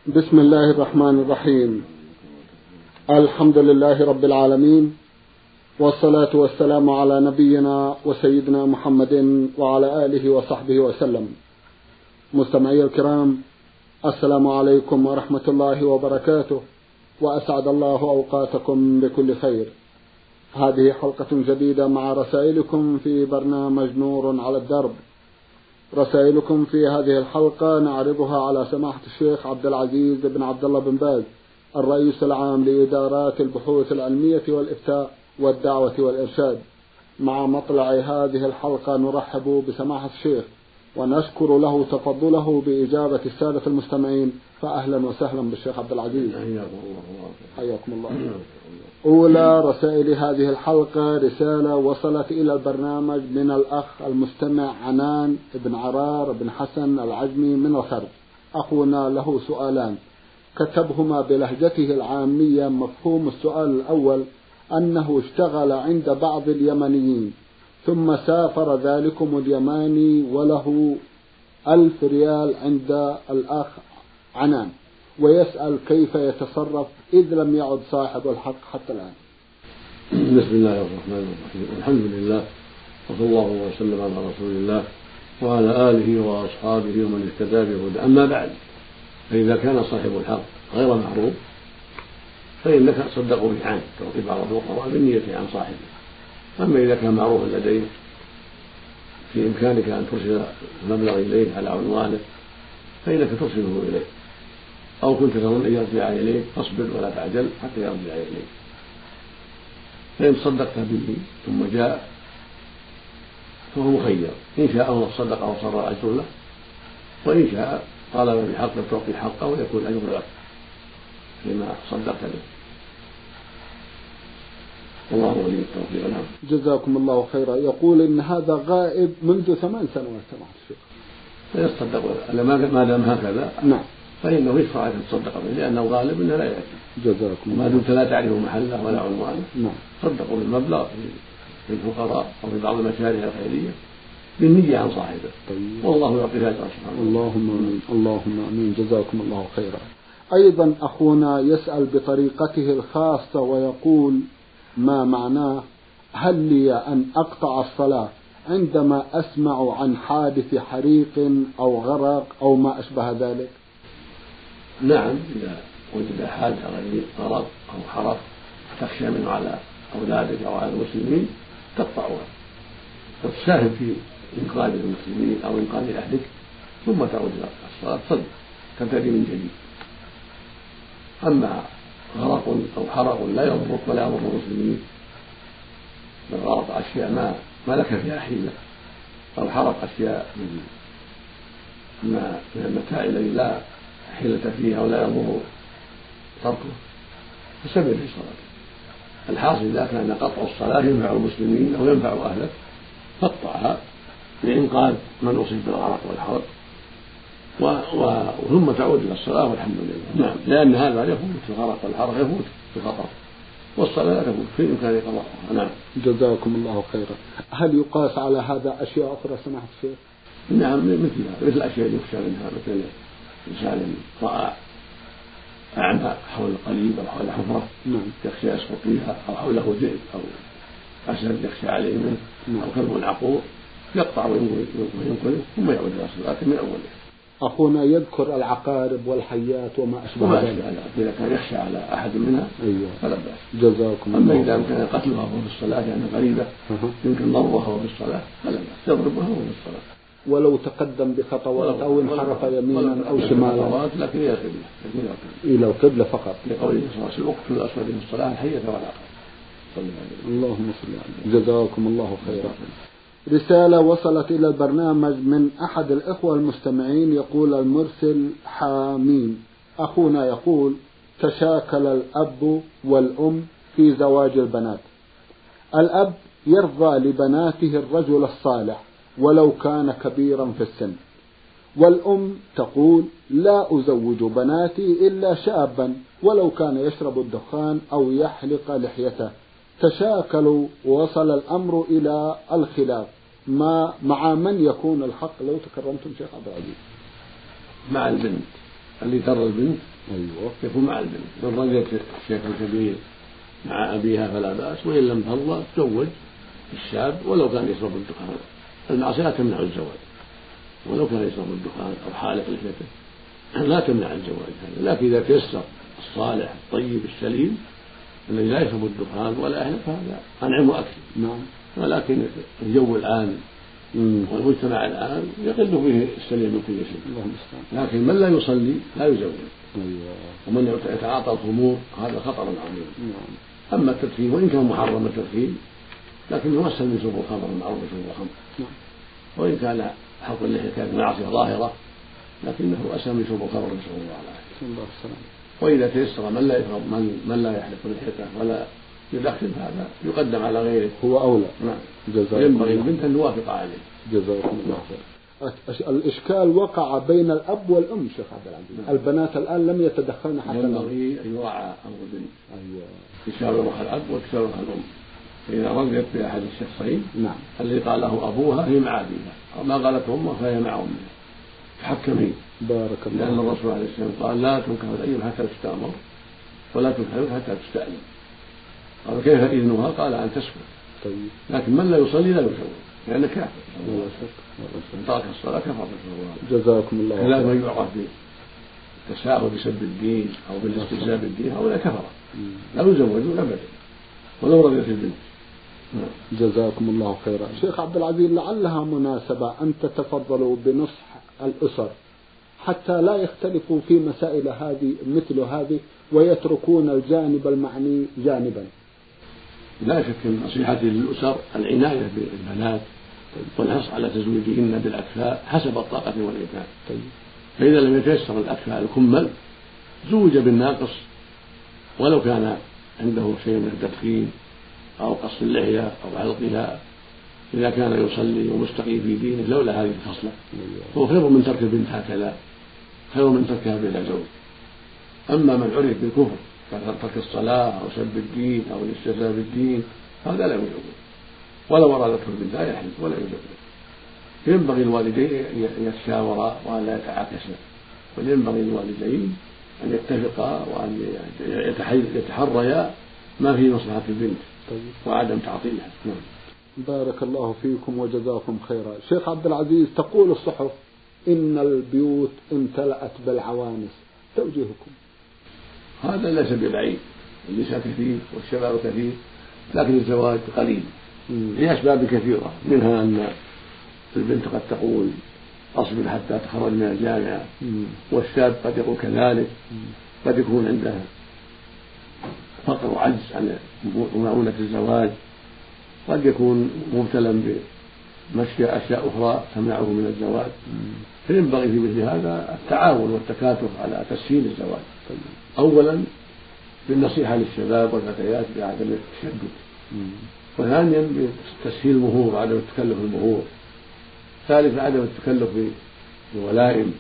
بسم الله الرحمن الرحيم. الحمد لله رب العالمين، والصلاة والسلام على نبينا وسيدنا محمد وعلى آله وصحبه وسلم. مستمعي الكرام، السلام عليكم ورحمة الله وبركاته، وأسعد الله أوقاتكم بكل خير. هذه حلقة جديدة مع رسائلكم في برنامج نور على الدرب. رسائلكم في هذه الحلقة نعرضها على سماحة الشيخ عبد العزيز بن عبد الله بن باز، الرئيس العام لإدارات البحوث العلمية والإفتاء والدعوة والإرشاد. مع مطلع هذه الحلقة نرحب بسماحة الشيخ ونشكر له تفضله بإجابة السادة المستمعين، فأهلا وسهلا بالشيخ عبد العزيز. حياكم الله. أولى رسائل هذه الحلقة رسالة وصلت إلى البرنامج من الأخ المستمع عنان بن عرار بن حسن العجمي من الخرج. أخونا له سؤالان كتبهما بلهجته العامية. مفهوم السؤال الأول أنه اشتغل عند بعض اليمنيين ثم سافر ذلكم اليماني وله 1000 ريال عند الأخ عنان، ويسأل كيف يتصرف إذ لم يعد صاحب الحق حتى الآن. بسم الله الرحمن الرحيم، الحمد لله، وصلى الله وسلم على رسول الله وعلى آله وأصحابه ومن اهتدى بهداه. أما بعد، فإذا كان صاحب الحق غير معروف فإنك تصدق به عنه، تعطي بعض الفقراء بالنية عن صاحبه. أما إذا كان معروفا لديه في إمكانك أن ترسل المبلغ إليه على عنوانه فإنك ترسله إليه، أو كنت تظن أن يرجع إليك فاصبر ولا تعجل حتى يرجع إليك. فإن تصدقت به ثم جاء فهو مخير، إن شاء الله صدق أو صار الأجر له، وإن شاء طالب بحق تعطي حقه ويكون الأجر لك فيما صدقت به. والله ولي التوفيق. نعم. جزاكم الله خيرا. يقول إن هذا غائب منذ 8 سنوات سماحة الشيخ. فيصدق ما دام هكذا. نعم. فإنه يشرع أن تصدق به لأنه غالب أنه لا يأتي. جزاكم الله. ما دمت لا تعرف محله ولا عنوانه. نعم. صدقوا بالمبلغ في الفقراء أو في بعض المشاريع الخيرية بالنية عن صاحبه. طيب. والله يعطي أجرا سبحانه. اللهم آمين. اللهم آمين. جزاكم الله خيرا. أيضا أخونا يسأل بطريقته الخاصة ويقول ما معناه: هل لي أن أقطع الصلاة عندما أسمع عن حادث حريق أو غرق أو ما أشبه ذلك؟ نعم، إذا وجد حادث غرق أو حرق تخشى منه على أولادك أو على المسلمين تقطعها وتساهم في إنقاذ المسلمين أو إنقاذ أهلك، ثم تعود إلى الصلاة تصلي تبتدي من جديد. أما غرق أو حرق لا يضرك ولا يضر المسلمين، بل غرق أشياء ما لك فيها حيلة، أو حرق أشياء من المتاع الذي لا حيلة فيها ولا يضر تركه، فسبب في صلاتك. الحاصل إذا كان قطع الصلاة ينفع المسلمين أو ينفع أهلك فاقطعها لإنقاذ من أصيب بالغرق والحرق، ثم تعود إلى الصلاة والحمد لله. نعم، لأن هذا يفوت في الغرق والحرق، يفوت في خطر، والصلاة لا تفوت في إمكان قضاءها. نعم. جزاكم الله خيرا. هل يقاس على هذا أشياء أخرى سماحة الشيخ؟ نعم، مثل الأشياء يخشى منها، مثل إنسان رأى أعمى حول قليب أو حول حفرة يخشى يسقط فيها، أو حوله ذئب أو أسد يخشى عليه منه، أو كلب عقور، يقطع وينقذه ثم يعود إلى الصلاة من أوله. أخونا يذكر العقارب والحيات وما أشبه ذلك، إذا كان يخشى على أحد منها فلا بأس. جزاكم الله. أما إذا كان قتلها وهو في الصلاة يعني قريبة يمكن ضربها وهو في الصلاة فلا بأس، يضربها وهو في الصلاة ولو تقدم بخطوات أو انحرف يمينا أو شمالا، لكن إلى القبلة فقط، لقوله صلى الله عليه وسلم: اقتلوا الأسود في الصلاة الحية والعقرب. اللهم صل عليه. جزاكم الله خيرا. رسالة وصلت إلى البرنامج من أحد الإخوة المستمعين، يقول المرسل حامين. أخونا يقول: تشاكل الأب والأم في زواج البنات. الأب يرضى لبناته الرجل الصالح ولو كان كبيرا في السن، والأم تقول: لا أزوج بناتي إلا شابا ولو كان يشرب الدخان أو يحلق لحيته. تشاكلوا ووصل الأمر إلى الخلاف. مع من يكون الحق لو تكرمتم شيخ عبد العزيز؟ مع البنت اللي ترى البنت أيوة. يكون مع البنت. إن رضيت الشيخ الكبير مع أبيها فلا بأس، وإن لم ترضى تزوج الشاب ولو كان يشرب الدخان. المعصية لا تمنع الزواج ولو كان يشرب الدخان أو حالق لحيته، لا تمنع الزواج هذا. لكن إذا تيسر الصالح الطيب السليم الذي لا يشرب الدخان ولا يحلق فهذا أنعم وأكثر. نعم. ولكن الجو الآن والمجتمع الآن يقل فيه السليم من كل شيء. لكن من لا يصلي لا يزوج. أيوة. ومن يتعاطى الخمور هذا خطر عظيم. نعم. أما التدخين وإن كان محرم التدخين لكنه أسهل من شرب الخمر، المعروف شرب الخمر. نعم. وإن كان حلق اللحية كانت معصية ظاهرة لكنه أسهل من شرب الخمر، نسأل الله العافية. وإذا تيسر من لا يحلق لحيته ولا يدخن هذا يقدم على غيره، هو أولى. نعم. ينبغي البنت أن توافق عليه. جزاكم الله خير. الإشكال وقع بين الأب والأم شيخ عبد العزيز. البنات الآن لم يتدخلن حتى ينبغي أن يراعى أمر البنت. أيوة. يشاورها الأب وتشاورها الأم. فإذا رضيت بأحد الشخصين نعم الذي قاله أبوها هي مع أبيها، أو ما قالت أمها فهي مع أمها. تحكمي. بارك الله. لأن الرسول عليه السلام قال لا تنكح الأيم حتى تستأمر ولا تنكح حتى تستأذن. قال كيف إذنها؟ قال أن تسكت. طيب. لكن من لا يصلي لا يزوج لأنه كافر. ولا شك. من ترك الصلاة كفر. جزاكم الله خير. لا من يعرف بالتساهل بسب الدين أو بالاستهزاء بالدين هؤلاء كفر لا يزوجون أبدا ولو رضيت البنت. جزاكم الله خيرا. شيخ عبد العزيز، لعلها مناسبة أن تتفضلوا بنصح الأسر حتى لا يختلفوا في مسائل هذه مثل هذه ويتركون الجانب المعني جانبا. لا شك من نصيحتي للأسر العناية بالبنات والحرص على تزويجهن بالأكفاء حسب الطاقة والإمكان. فإذا لم يتيسر الأكفاء الكمل زوج بالناقص ولو كان عنده شيء من التدخين أو قص اللحية أو حلقها، إذا كان يصلي ومستقيم في دينه لولا هذه الخصلة هو خير من ترك البنت هكذا، خير من تركها بلا زوج. أما من عرف بالكفر كترك الصلاة أو سب الدين أو الاستهزاء بالدين هذا لا يزوج ولو أرادته البنت لا يحلف ولا يزوج. ينبغي الوالدين أن يتشاورا وأن لا يتعاكسا، وينبغي الوالدين أن يتفقا وأن يتحريا ما في مصلحة البنت وعدم تعطيلها. بارك الله فيكم وجزاكم خيرا. شيخ عبد العزيز، تقول الصحف إن البيوت امتلأت بالعوانس، توجيهكم؟ هذا ليس ببعيد، النساء كثير والشباب كثير لكن الزواج قليل لأسباب كثيرة، منها أن البنت قد تقول أصبر حتى تخرج من الجامعة، والشاب قد يقول كذلك، قد يكون عنده فقر وعجز عن معونة الزواج، قد يكون مبتلا بمشي أشياء أخرى تمنعه من الزواج. فينبغي في مثل هذا التعاون والتكاتف على تسهيل الزواج، أولا بالنصيحة للشباب والفتيات بعدم التشدد، وثانيا بتسهيل المهور وعدم التكلف المهور، ثالثا عدم التكلف بالولائم.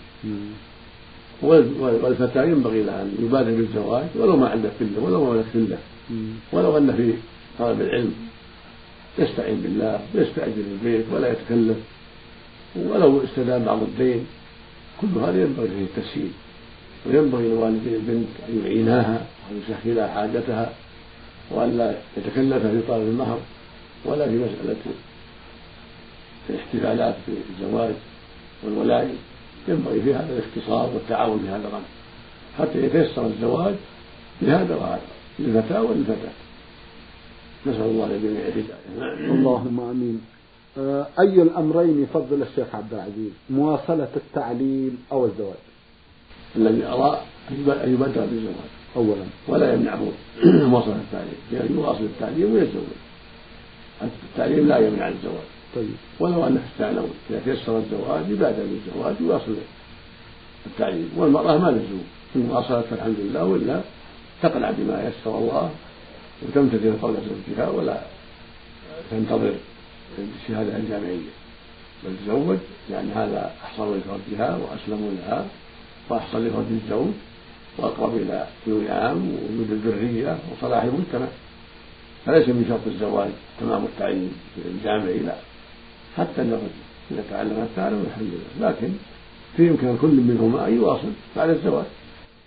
والفتاة ينبغي لها أن يبادر بالزواج ولو ما عنده كله ولو ما ولد كله، ولو أن في طلب العلم يستعين بالله ويستأجر البيت ولا يتكلف، ولو استدام بعض الدين. كل هذا ينبغي فيه التسهيل، وينبغي لوالدي البنت أن يعيناها وأن يسهلا حاجتها وأن لا يتكلف في طلب المهر ولا في مسألة الاحتفالات في الزواج والولائم. ينبغي في هذا الاختصار والتعاون في هذا الأمر حتى يتيسر الزواج لهذا وهذا للفتاة وللفتاة. نسأل الله للجميع الهداية. اللهم آمين. أي الأمرين يفضل الشيخ عبد العزيز، مواصلة التعليم أو الزواج؟ الذي أرى أن يبادر بالزواج أولا ولا يمنعه مواصلة التعليم، يعني يواصل التعليم ويتزوج. التعليم لا يمنع الزواج. طيب. ولو أنه استعلم إذا تيسر الزواج يبادر بالزواج ويواصل التعليم، والمرأة ما لزوم إن واصلت فالحمد لله، ولا تقنع بما يسر الله وتمتثل قول زوجها ولا تنتظر الشهادة الجامعية، بل تزوج، يعني هذا أحصل لفرجها وأسلم لها وأحصل لفرج الزوج وأقرب إلى الوئام ووجود الذرية وصلاح المجتمع. فليس من شرط الزواج تمام التعليم الجامعي، لا، حتى الرجل إذا تعلم التعلم الحمد لله، لكن في إمكان كل منهما أن يواصل بعد الزواج.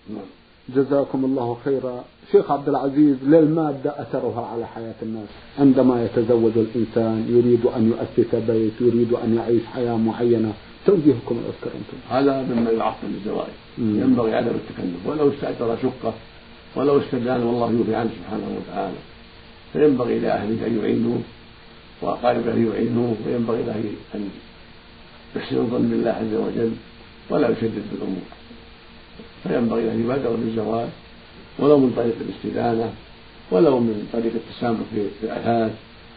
جزاكم الله خيرا. شيخ عبد العزيز، للمادة أثرها على حياة الناس. عندما يتزوج الإنسان يريد أن يؤسس بيت، يريد أن يعيش حياة معينة، توجيهكم الأذكر أنتم؟ هذا مما يعطل الزواج. ينبغي عدم التكلف، ولو استأجر شقة ولو استدان والله يوفي عنه سبحانه وتعالى. فينبغي لأهله أن يعينوه وأقاربه يعينوه، وينبغي له أن يحسن الظن بالله عز وجل ولا يشدد في الأمور. فينبغي أن يبادر بالزواج ولو من طريق الاستدانة ولو من طريق التسامح في الأثاث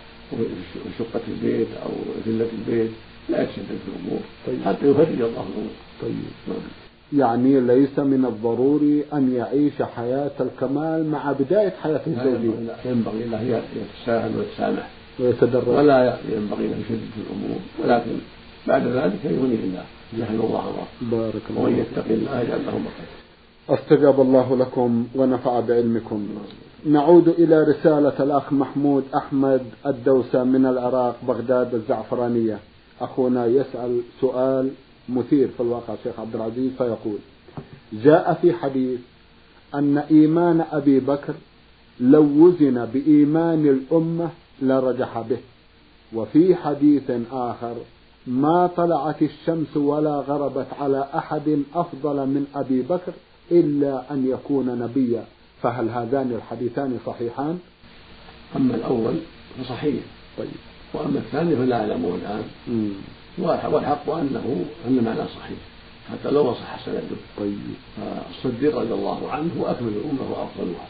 وشقة البيت أو فلة البيت، لا يتشدد في الأمور حتى يفرج الله الأمور. طيب. يعني ليس من الضروري أن يعيش حياة الكمال مع بداية حياة الزوجية. لا، ينبغي له يتساهل ويتسامح ويتدرج، ولا ينبغي له يشدد في الأمور، ولكن بعد ذلك يغنيه الله يحل الله. بارك الله. ومن يتق الله يجعل له مخرجا. استجاب الله لكم ونفع بعلمكم. نعود إلى رسالة الأخ محمود أحمد الدوسة من العراق، بغداد الزعفرانية. أخونا يسأل سؤال مثير في الواقع شيخ عبد العزيز، فيقول: جاء في حديث أن إيمان أبي بكر لو وزن بإيمان الأمة لرجح به، وفي حديث آخر: ما طلعت الشمس ولا غربت على أحد أفضل من أبي بكر إلا أن يكون نبيا. فهل هذان الحديثان صحيحان؟ أما الأول فصحيح، طيب. وأما الثاني فلا أعلمه الآن. والحق أن معناه صحيح حتى لو صح سنده. طيب. فالصديق رضي الله عنه هو أكمل الأمة وأفضلها،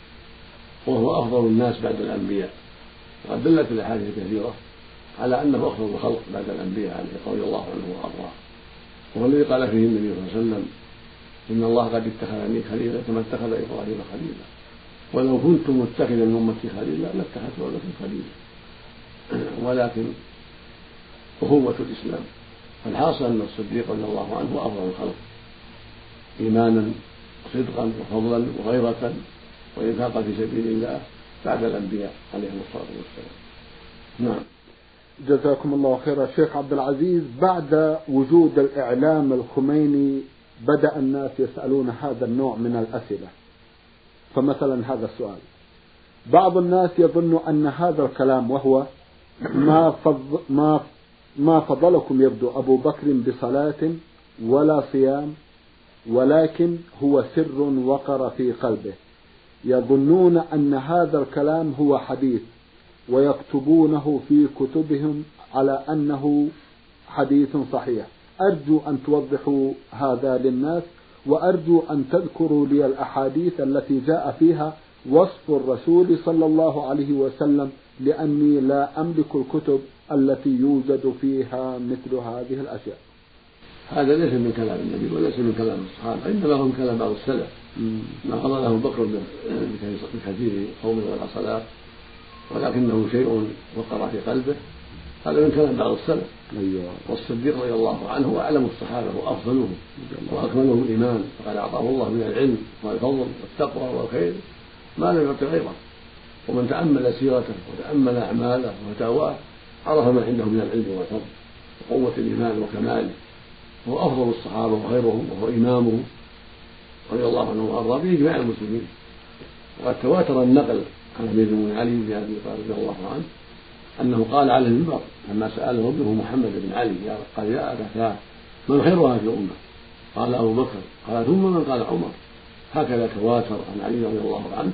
وهو أفضل الناس بعد الأنبياء، وقد دلت الأحاديث كثيرة على أنه أفضل الخلق بعد الأنبياء رضي الله عنه وأرضاه. وهو الذي قال فيه النبي صلى الله عليه وسلم: إن الله قد اتخذني خليلا كما اتخذ إبراهيم خليلا، ولو كنت متخذا من أمتي خليلا لاتخذت لكم خليلا. ولكن أخوة الإسلام، فالحاصل أن الصديق رضي الله عنه هو أفضل الخلق إيمانا وصدقا وفضلا وغيرة وإنفاقا في سبيل الله بعد الأنبياء عليهم الصلاة والسلام. نعم. جزاكم الله خيرا. شيخ عبد العزيز، بعد وجود الإعلام الخميني بدأ الناس يسألون هذا النوع من الأسئلة. فمثلا هذا السؤال: بعض الناس يظن أن هذا الكلام وهو ما فضلكم يبدو أبو بكر بصلاة ولا صيام، ولكن هو سر وقر في قلبه، يظنون أن هذا الكلام هو حديث ويكتبونه في كتبهم على أنه حديث صحيح. أرجو أن توضحوا هذا للناس، وأرجو أن تذكروا لي الأحاديث التي جاء فيها وصف الرسول صلى الله عليه وسلم، لأني لا أملك الكتب التي يوجد فيها مثل هذه الأشياء. هذا ليس من كلام النبي وليس من كلام الصحابة، إنما هو من كلام بعض السلف. ما قضى بكر بكثير قوم ولا صلاة، ولكنه شيء وقر في قلبه، هذا من كلام بعض السلف. والصديق رضي الله عنه هو أعلم الصحابة وأفضلهم وأكملهم إيمان، فقد أعطاه الله من العلم والفضل والتقوى والخير ما لم يعط غيره. ومن تأمل سيرته وتأمل أعماله وفتاواه عرف ما عنده من العلم والفضل وقوة الإيمان وكماله، وهو أفضل الصحابة وخيرهم، وهو إمامهم رضي الله عنه وأرضاه بإجماع المسلمين. وقد تواتر النقل عن أمير المؤمنين علي بن أبي طالب رضي الله عنه أنه قال على المنبر لما سأله ابنه محمد بن علي: قال يا أبتاه من خير هذه الأمة؟ قال أبو بكر. قال ثم من؟ قال عمر. هكذا تواتر عن علي رضي الله عنه،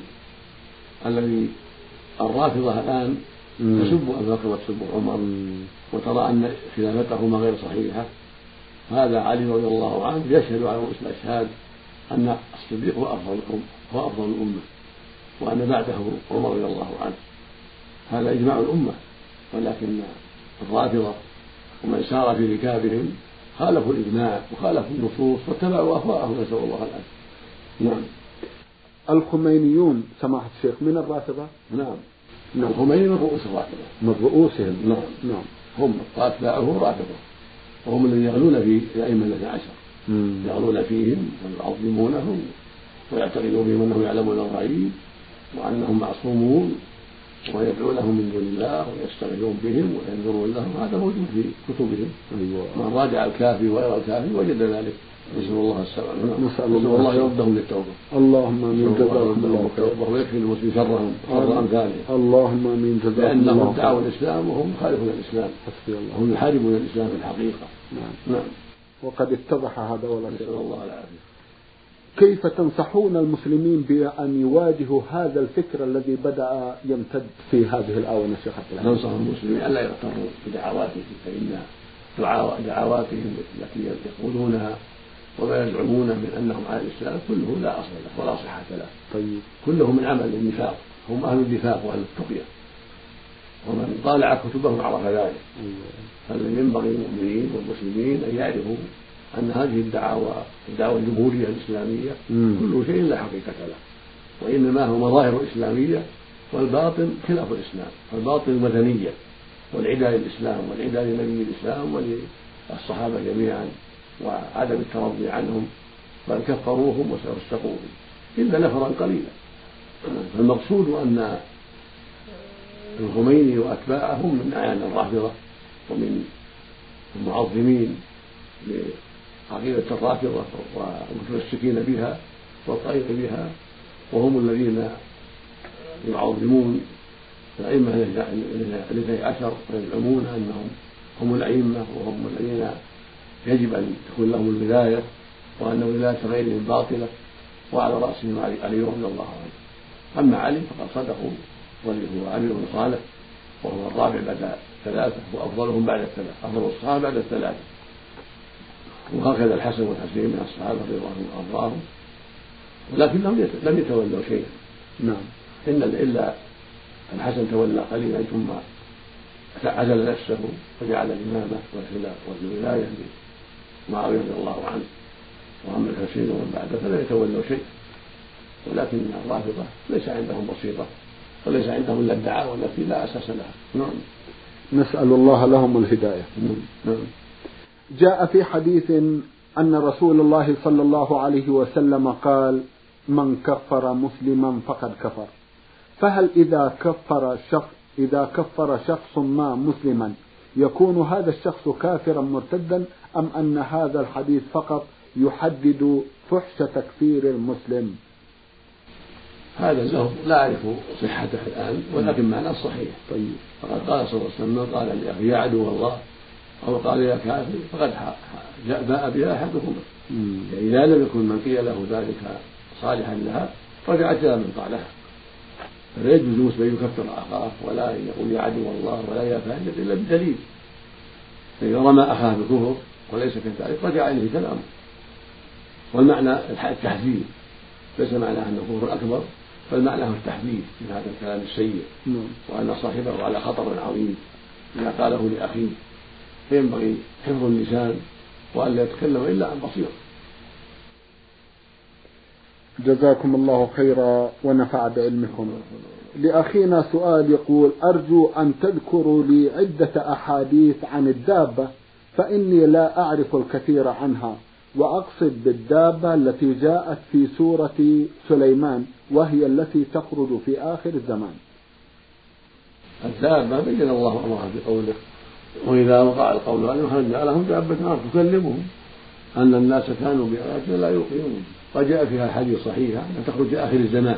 الذي الرافضة الآن تسب أبو بكر وتسب عمر وترى أن خلافته غير صحيحة. هذا علي رضي الله عنه يشهد على رؤوس الأشهاد أن الصديق هو أفضل الأمة، وأن بعده عمر رضي الله عنه. هذا إجماع الأمة، ولكن الرافضة ومن سار في ركابهم خالفوا الإجماع وخالفوا النصوص واتبعوا أهواءهم، نسأل الله العافية. نعم. الخمينيون سماحة الشيخ من الرافضة؟ نعم. الخميني من رؤوس الرافضة، من رؤوسهم. نعم. هم وأتباعه رافضة، وهم الذين يغلون في الأئمة 12، يغلون فيهم ويعظمونهم ويعتقدون فيهم أنهم يعلمون الغيب وأنهم معصومون ويدعو لهم من دون الله ويستغيثون بهم وينذرون لهم، هذا موجود في كتبهم. من راجع الكافي ويرى الكافي وجد ذلك. نسأل الله السلامة، نسأل الله يردهم للتوبة. اللهم آمين، جزاكم الله خيرا، ويكفي المسلم شرهم شر أمثالهم. اللهم آمين، جزاكم الله خيرا. لأنهم دعوا الإسلام وهم مخالفون الإسلام، هم يحاربون الإسلام في الحقيقة. نعم. وقد اتضح هذا ولا نسأل الله العافية. كيف تنصحون المسلمين بأن يواجهوا هذا الفكر الذي بدأ يمتد في هذه الآونة شيخ عبد العزيز؟ ننصح المسلمين ألا يغتروا بدعواتهم، فإن دعواتهم التي يقولونها وما يزعمون من أنهم على الإسلام كله لا أصل له ولا صحة له. طيب. كله من عمل النفاق، هم أهل النفاق وأهل التقية، ومن طالع كتبهم عرف ذلك. فالذي ينبغي للمؤمنين والمسلمين أن يعرفوا أن هذه الدعوة الجمهورية الإسلامية كل شيء لا حقيقة له، وإنما هو مظاهر إسلامية، والباطن خلاف الإسلام، فالباطن المدنية والعداء للإسلام والعداء لنبي الإسلام وللصحابة جميعا وعدم الترضي عنهم، بل كفروهم واستقوهم إلا نفرا قليلا. فالمقصود أن الخميني وأتباعهم من أعيان الرافضة ومن المعظمين لعقيدة الرافضة والمتمسكين بها والطريق بها، وهم الذين يعظمون الأئمة الاثني عشر ويزعمون أنهم هم الأئمة وهم الذين يجب أن تكون لهم الولاية، وأن ولاية غيرهم باطلة، وعلى رأسهم علي رضي الله عنه. أما علي فقد صدقوا، وهو علي بن صالح وهو الرابع بعد ثلاثة وأفضلهم بعد الثلاثة، أفضل الصحابة بعد الثلاثة، وهكذا الحسن والحسين من الصحابة رضي الله عنهم وأرضاهم، ولكنهم لم يتولوا شيئا. نعم. إلا الحسن تولى قليلا ثم عزل نفسه وجعل الإمامة والولاية لمعاوية رضي الله عنه، وأما الحسين ومن بعده فلم يتولوا شيء. ولكن الرافضة ليس عندهم بسيطة وليس عندهم إلا الدعاوى التي لا أساس لها. نعم. نسأل الله لهم الهداية. نعم. جاء في حديث أن رسول الله صلى الله عليه وسلم قال: من كفر مسلما فقد كفر. فهل إذا كفر شخص ما مسلما يكون هذا الشخص كافرا مرتدا، أم أن هذا الحديث فقط يحدد فحش تكفير المسلم؟ هذا له لا أعرف صحته الآن، ولكن معناه صحيح. طيب. فقد قال صلى الله عليه وسلم: قال لأخي يا عدو الله، أو قال يا كافر، فقد باء بها أحدهما. يعني إذا لم يكن من قيل له ذلك صالحا لها رجعت إلى من قالها. فلا يجوز المسلم يكفر أخاه ولا يقول يا عدو الله ولا يا فاجر إلا بدليل. فإذا رمى أخاه بالكفر وليس كذلك رجع إليه كلامه. والمعنى التحذير، ليس معناه أنه كفر أكبر، بل معناه التحذير من هذا الكلام السيء، وأن صاحبه على خطر عظيم إذا قاله لأخيه، فينبغي حفظ اللسان وأن لا يتكلم إلا عن بصيرة. جزاكم الله خيرا ونفع بعلمكم. لأخينا سؤال يقول: أرجو أن تذكروا لي عدة أحاديث عن الدابة، فإني لا أعرف الكثير عنها، وأقصد بالدابة التي جاءت في سورة سليمان، وهي التي تخرج في آخر الزمان. الدابة بين الله أمرها بقوله: وإذا وقع القول عليهم جعلهم دابة تكلمهم أن الناس كانوا بآياتنا لا يوقنون. وجاء فيها حديث صحيح أن تخرج في آخر الزمان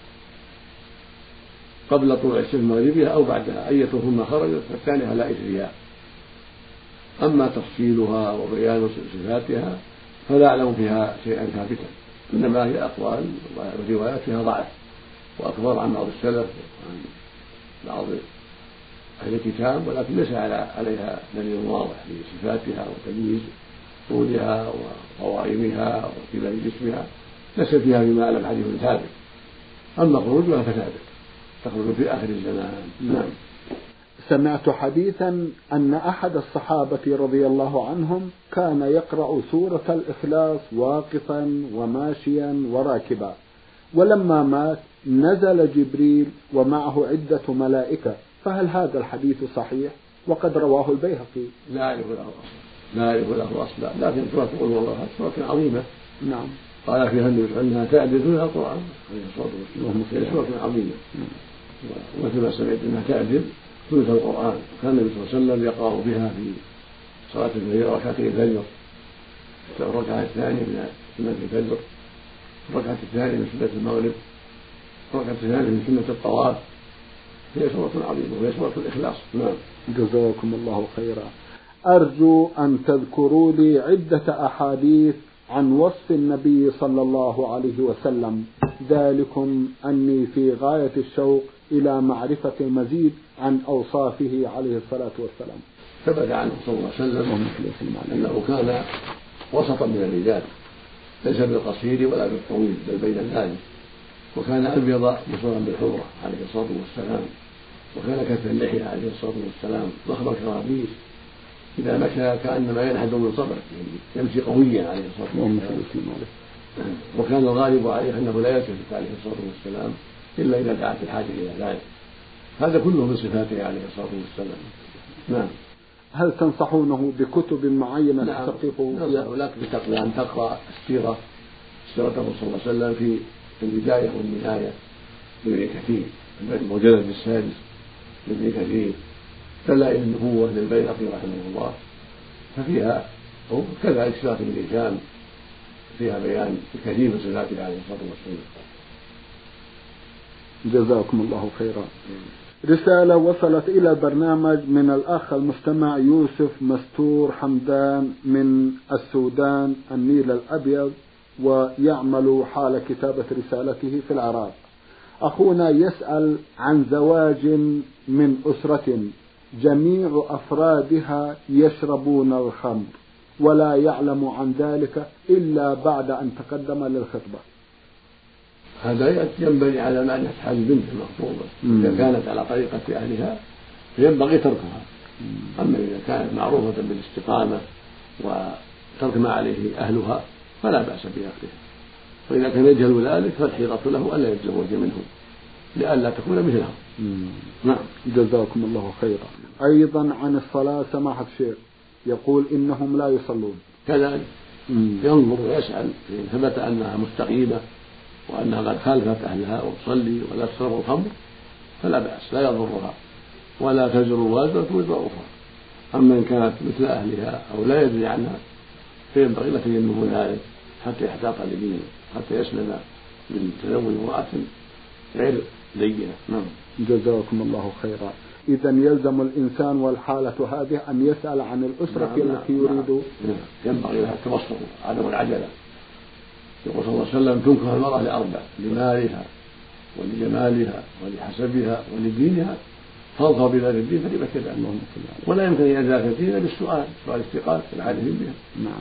قبل طلوع الشمس مغربها أو بعدها، أيتهما خرجت فالثانية لا إثرياء. أما تفصيلها وبيان صفاتها فلا أعلم فيها شيئا ثابتا، إنما هي أقوال وروايات فيها ضعف، وأخبار عن بعض السلف وعن بعض أهل الكتاب، ولكن ليس عليها دليل واضح في صفاتها وتمييز طولها وقوائمها وكبر جسمها، ليس فيها فيما أعلم حديث ثابت. أما خروجها فثابت، تخرج في آخر الزمان. نعم. سمعت حديثا أن أحد الصحابة رضي الله عنهم كان يقرأ سورة الإخلاص واقفا وماشيا وراكبا، ولما مات نزل جبريل ومعه عدة ملائكة، فهل هذا الحديث صحيح؟ وقد رواه البيهقي. لا أعرف له أصلا، لكن سورة قل هو الله سورة عظيمة. نعم. قال فيها النبي أنها تعدل فيها القرآن عليه الصلاة والسلام، سورة عظيمة. ومثل ما سمعت أنها تعدل ثلث القرآن. كان النبي صلى الله عليه وسلم يقرأ بها في صلاة الفجر ركعتي الفجر، الركعة الثانية من سنة الفجر، الركعة الثانية من سنة المغرب، الركعة الثانية من سنة الطواف. هي سورة عظيمة وهي سورة الإخلاص. نعم. جزاكم الله خيرا. أرجو أن تذكروا لي عدة أحاديث عن وصف النبي صلى الله عليه وسلم، ذلكم أني في غاية الشوق إلى معرفة المزيد عن أوصافه عليه الصلاة والسلام. ثبت عنه صلى الله عليه وسلم أنه كان وسطا من الرجال، ليس بالقصير ولا بالطويل بل بين ذلك، وكان أبيض مصورا بالحمرة عليه الصلاة والسلام، وكان كث اللحية عليه الصلاة والسلام، ضخم الكرابيس، إذا مشى كأنما ينحد من صبر، يعني يمشي قويا عليه الصلاة والسلام. وكان الغالب عليه أنه لا يلتفت عليه الصلاة والسلام إلا إذا دعت الحاجة إلى ذلك. هذا كله من صفاته عليه الصلاة والسلام. نعم. هل تنصحونه بكتب معينة تثقفه فيها؟ نعم، لك أن تقرأ سيرة الرسول صلى الله عليه وسلم في البداية والنهاية لابن كثير، المجلد السادس لابن كثير، دلائل النبوة للبيهقي رحمه الله، ففيها كذلك سيرة ابن هشام فيها بيان الكثير من صفاته عليه الصلاة والسلام. جزاكم الله خيرا. رسالة وصلت إلى البرنامج من الأخ المستمع يوسف مستور حمدان من السودان النيل الأبيض، ويعمل حال كتابة رسالته في العراق. أخونا يسأل عن زواج من أسرة جميع أفرادها يشربون الخمر ولا يعلم عن ذلك إلا بعد أن تقدم للخطبة. هذا ينبغي على معنى حال البنت المخطوبة، إذا كانت على طريقة أهلها فينبغي تركها. أما إذا كانت معروفة بالاستقامة وترك ما عليه أهلها فلا بأس بأخذها، وإذا كان يجهل ذلك فالحيرة له ألا يتزوج منهم لئلا تكون مثلهم. نعم. جزاكم الله خيرا. أيضا عن الصلاة سماحة الشيخ يقول إنهم لا يصلون كذلك، ينظر ويسأل إن ثبت أنها مستقيمة وأنها قد خالفت أهلها وتصلي ولا تشرب الخمر فلا بأس، لا يضرها ولا تزر وازرة وزر أخرى. أما إن كانت مثل أهلها أو لا يدري عنها فينبغي له تجنب ذلك حتى يحتاط لدينه، حتى يسلم من تزوج امرأة غير دينة. نعم. جزاكم الله خيرا. إذا يلزم الإنسان والحالة هذه أن يسأل عن الأسرة التي يريد. ينبغي لها التبصر عدم العجلة. يقول صلى الله عليه وسلم تنكح المرأة لأربع: لمالها ولجمالها ولحسبها ولدينها، فاظهر بذات الدين فتبت يدها. ولا يمكن أن يزال الدين بالسؤال، سؤال استيقاظ العادة به. نعم.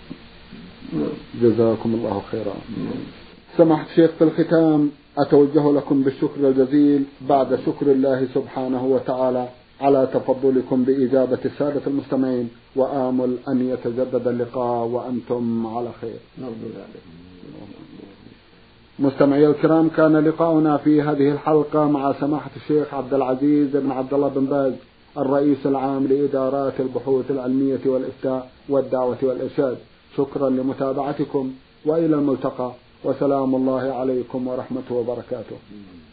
جزاكم الله خيرا. سماحة الشيخ في الختام أتوجه لكم بالشكر الجزيل بعد شكر الله سبحانه وتعالى على تفضلكم بإجابة السادة المستمعين، وآمل أن يتجدد اللقاء وأنتم على خير. مستمعي الكرام، كان لقاؤنا في هذه الحلقة مع سماحة الشيخ عبد العزيز بن عبد الله بن باز، الرئيس العام لإدارات البحوث العلمية والإفتاء والدعوة والإرشاد. شكرا لمتابعتكم وإلى الملتقى، وسلام الله عليكم ورحمته وبركاته.